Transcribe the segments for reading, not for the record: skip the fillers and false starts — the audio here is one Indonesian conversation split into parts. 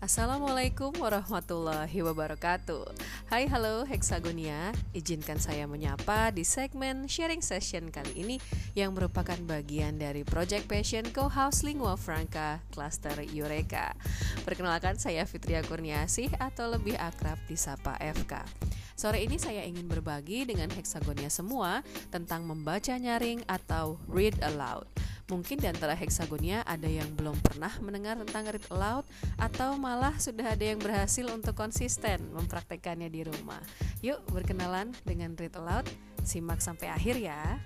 Assalamualaikum warahmatullahi wabarakatuh. Hai halo Hexagonia, izinkan saya menyapa di segmen sharing session kali ini yang merupakan bagian dari Project Passion Co-House Lingua Franca Cluster Eureka. Perkenalkan, saya Fitria Kurniasih atau lebih akrab disapa FK. Sore ini saya ingin berbagi dengan Hexagonia semua tentang membaca nyaring atau read aloud. Mungkin di antara Hexagonia ada yang belum pernah mendengar tentang read aloud atau malah sudah ada yang berhasil untuk konsisten mempraktekannya di rumah. Yuk berkenalan dengan read aloud, simak sampai akhir ya.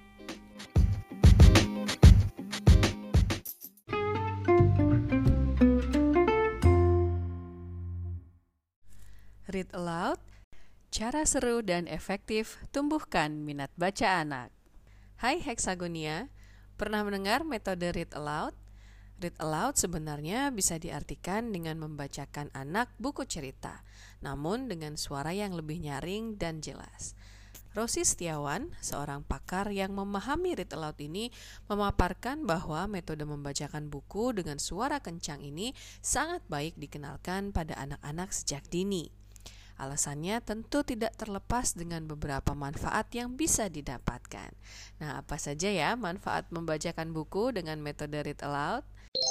Read aloud, cara seru dan efektif tumbuhkan minat baca anak. Hai Hexagonia, pernah mendengar metode read aloud? Read aloud sebenarnya bisa diartikan dengan membacakan anak buku cerita, namun dengan suara yang lebih nyaring dan jelas. Rosi Setiawan, seorang pakar yang memahami read aloud ini, memaparkan bahwa metode membacakan buku dengan suara kencang ini sangat baik dikenalkan pada anak-anak sejak dini. Alasannya tentu tidak terlepas dengan beberapa manfaat yang bisa didapatkan. Nah, apa saja ya manfaat membacakan buku dengan metode read aloud?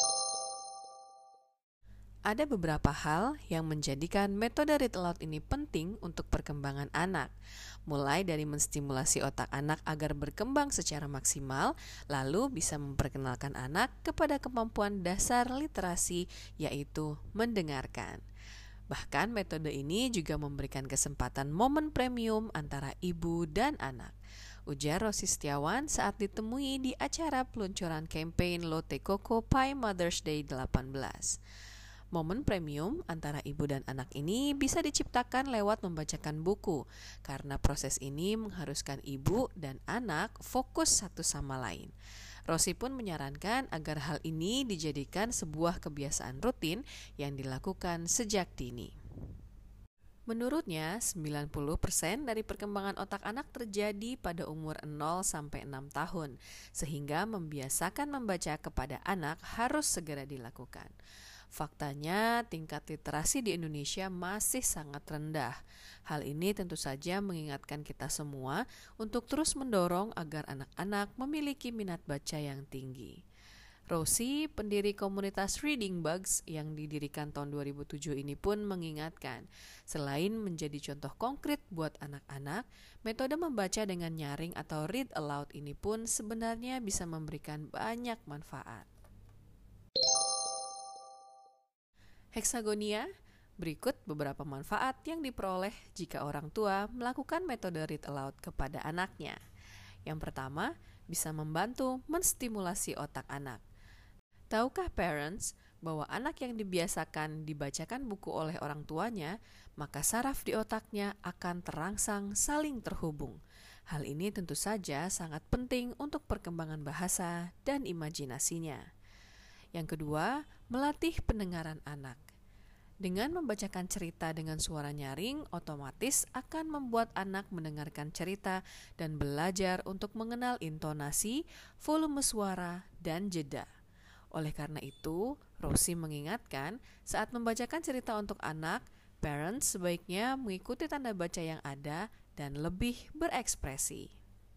Ada beberapa hal yang menjadikan metode read aloud ini penting untuk perkembangan anak. Mulai dari menstimulasi otak anak agar berkembang secara maksimal, lalu bisa memperkenalkan anak kepada kemampuan dasar literasi, yaitu mendengarkan. Bahkan metode ini juga memberikan kesempatan momen premium antara ibu dan anak. Ujar Rosi Setiawan saat ditemui di acara peluncuran campaign Lotte Coco Pie Mother's Day 18. Momen premium antara ibu dan anak ini bisa diciptakan lewat membacakan buku, karena proses ini mengharuskan ibu dan anak fokus satu sama lain. Rosi pun menyarankan agar hal ini dijadikan sebuah kebiasaan rutin yang dilakukan sejak dini. Menurutnya, 90% dari perkembangan otak anak terjadi pada umur 0 sampai 6 tahun, sehingga membiasakan membaca kepada anak harus segera dilakukan. Faktanya, tingkat literasi di Indonesia masih sangat rendah. Hal ini tentu saja mengingatkan kita semua untuk terus mendorong agar anak-anak memiliki minat baca yang tinggi. Rosi, pendiri komunitas Reading Bugs yang didirikan tahun 2007 ini pun mengingatkan, selain menjadi contoh konkret buat anak-anak, metode membaca dengan nyaring atau read aloud ini pun sebenarnya bisa memberikan banyak manfaat. Hexagonia, berikut beberapa manfaat yang diperoleh jika orang tua melakukan metode read aloud kepada anaknya. Yang pertama, bisa membantu menstimulasi otak anak. Tahukah parents bahwa anak yang dibiasakan dibacakan buku oleh orang tuanya, maka saraf di otaknya akan terangsang saling terhubung. Hal ini tentu saja sangat penting untuk perkembangan bahasa dan imajinasinya. Yang kedua, melatih pendengaran anak. Dengan membacakan cerita dengan suara nyaring, otomatis akan membuat anak mendengarkan cerita dan belajar untuk mengenal intonasi, volume suara, dan jeda. Oleh karena itu, Rosi mengingatkan saat membacakan cerita untuk anak, parents sebaiknya mengikuti tanda baca yang ada dan lebih berekspresi.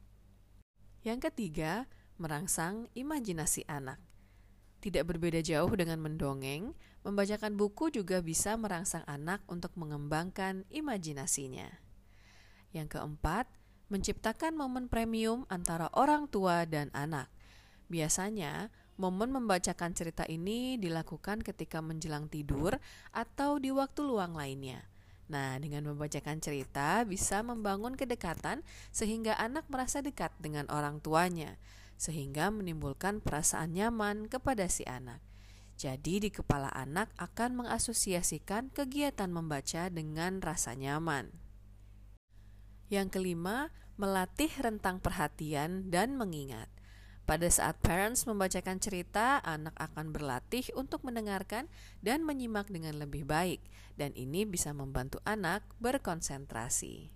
Yang ketiga, merangsang imajinasi anak. Tidak berbeda jauh dengan mendongeng, membacakan buku juga bisa merangsang anak untuk mengembangkan imajinasinya. Yang keempat, menciptakan momen premium antara orang tua dan anak. Biasanya, momen membacakan cerita ini dilakukan ketika menjelang tidur atau di waktu luang lainnya. Nah, dengan membacakan cerita bisa membangun kedekatan sehingga anak merasa dekat dengan orang tuanya, sehingga menimbulkan perasaan nyaman kepada si anak. Jadi di kepala anak akan mengasosiasikan kegiatan membaca dengan rasa nyaman. Yang kelima, melatih rentang perhatian dan mengingat. Pada saat parents membacakan cerita, anak akan berlatih untuk mendengarkan dan menyimak dengan lebih baik, dan ini bisa membantu anak berkonsentrasi.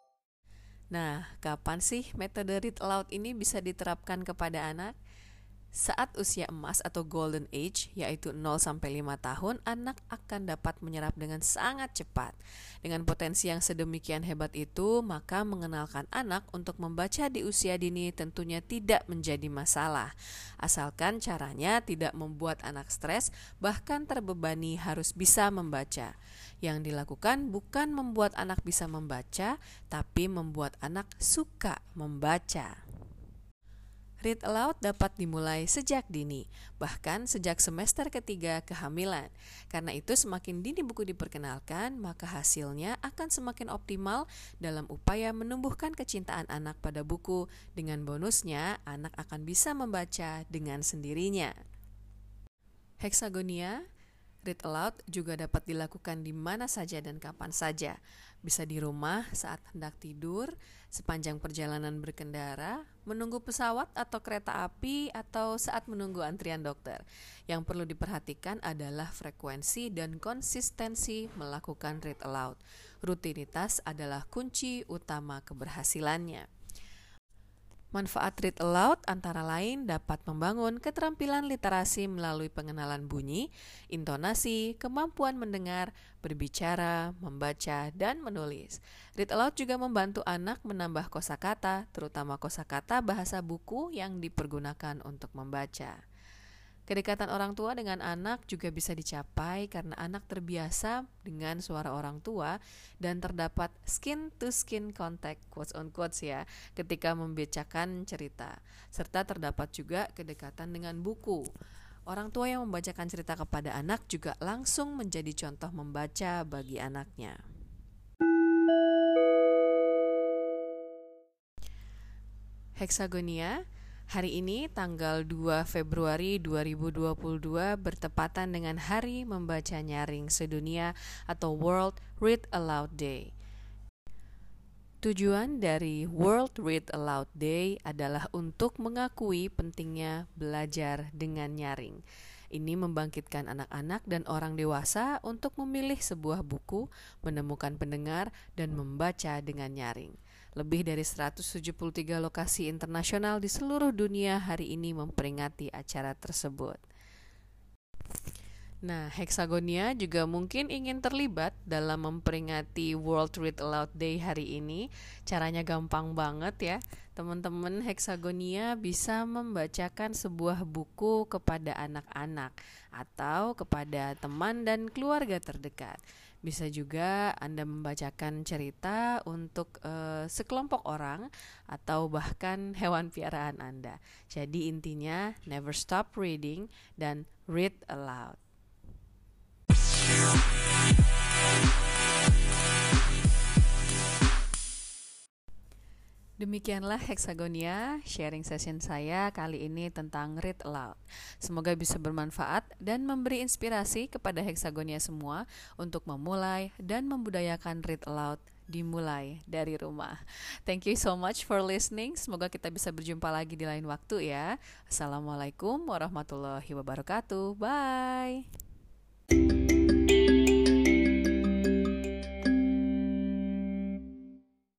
Nah, kapan sih metode read aloud ini bisa diterapkan kepada anak? Saat usia emas atau golden age, yaitu 0-5 tahun, anak akan dapat menyerap dengan sangat cepat. Dengan potensi yang sedemikian hebat itu, maka mengenalkan anak untuk membaca di usia dini tentunya tidak menjadi masalah. Asalkan caranya tidak membuat anak stres, bahkan terbebani harus bisa membaca. Yang dilakukan bukan membuat anak bisa membaca, tapi membuat anak suka membaca. Read aloud dapat dimulai sejak dini, bahkan sejak semester ketiga kehamilan. Karena itu semakin dini buku diperkenalkan, maka hasilnya akan semakin optimal dalam upaya menumbuhkan kecintaan anak pada buku. Dengan bonusnya, anak akan bisa membaca dengan sendirinya. Hexagonia, read aloud juga dapat dilakukan di mana saja dan kapan saja. Bisa di rumah saat hendak tidur, sepanjang perjalanan berkendara, menunggu pesawat atau kereta api, atau saat menunggu antrian dokter. Yang perlu diperhatikan adalah frekuensi dan konsistensi melakukan read aloud. Rutinitas adalah kunci utama keberhasilannya. Manfaat read aloud antara lain dapat membangun keterampilan literasi melalui pengenalan bunyi, intonasi, kemampuan mendengar, berbicara, membaca, dan menulis. Read aloud juga membantu anak menambah kosakata, terutama kosakata bahasa buku yang dipergunakan untuk membaca. Kedekatan orang tua dengan anak juga bisa dicapai karena anak terbiasa dengan suara orang tua dan terdapat skin-to-skin contact, quotes on quotes ya, ketika membacakan cerita. Serta terdapat juga kedekatan dengan buku. Orang tua yang membacakan cerita kepada anak juga langsung menjadi contoh membaca bagi anaknya. Hexagonia. Hari ini tanggal 2 Februari 2022 bertepatan dengan Hari Membaca Nyaring Sedunia atau World Read Aloud Day. Tujuan dari World Read Aloud Day adalah untuk mengakui pentingnya belajar dengan nyaring. Ini membangkitkan anak-anak dan orang dewasa untuk memilih sebuah buku, menemukan pendengar, dan membaca dengan nyaring. Lebih dari 173 lokasi internasional di seluruh dunia hari ini memperingati acara tersebut. Nah, Hexagonia juga mungkin ingin terlibat dalam memperingati World Read Aloud Day hari ini. Caranya gampang banget ya. Teman-teman Hexagonia bisa membacakan sebuah buku kepada anak-anak atau kepada teman dan keluarga terdekat. Bisa juga Anda membacakan cerita untuk sekelompok orang atau bahkan hewan piaraan Anda. Jadi intinya never stop reading dan read aloud. Demikianlah Hexagonia, sharing session saya kali ini tentang read aloud. Semoga bisa bermanfaat dan memberi inspirasi kepada Hexagonia semua untuk memulai dan membudayakan read aloud dimulai dari rumah. Thank you so much for listening. Semoga kita bisa berjumpa lagi di lain waktu ya. Assalamualaikum warahmatullahi wabarakatuh. Bye.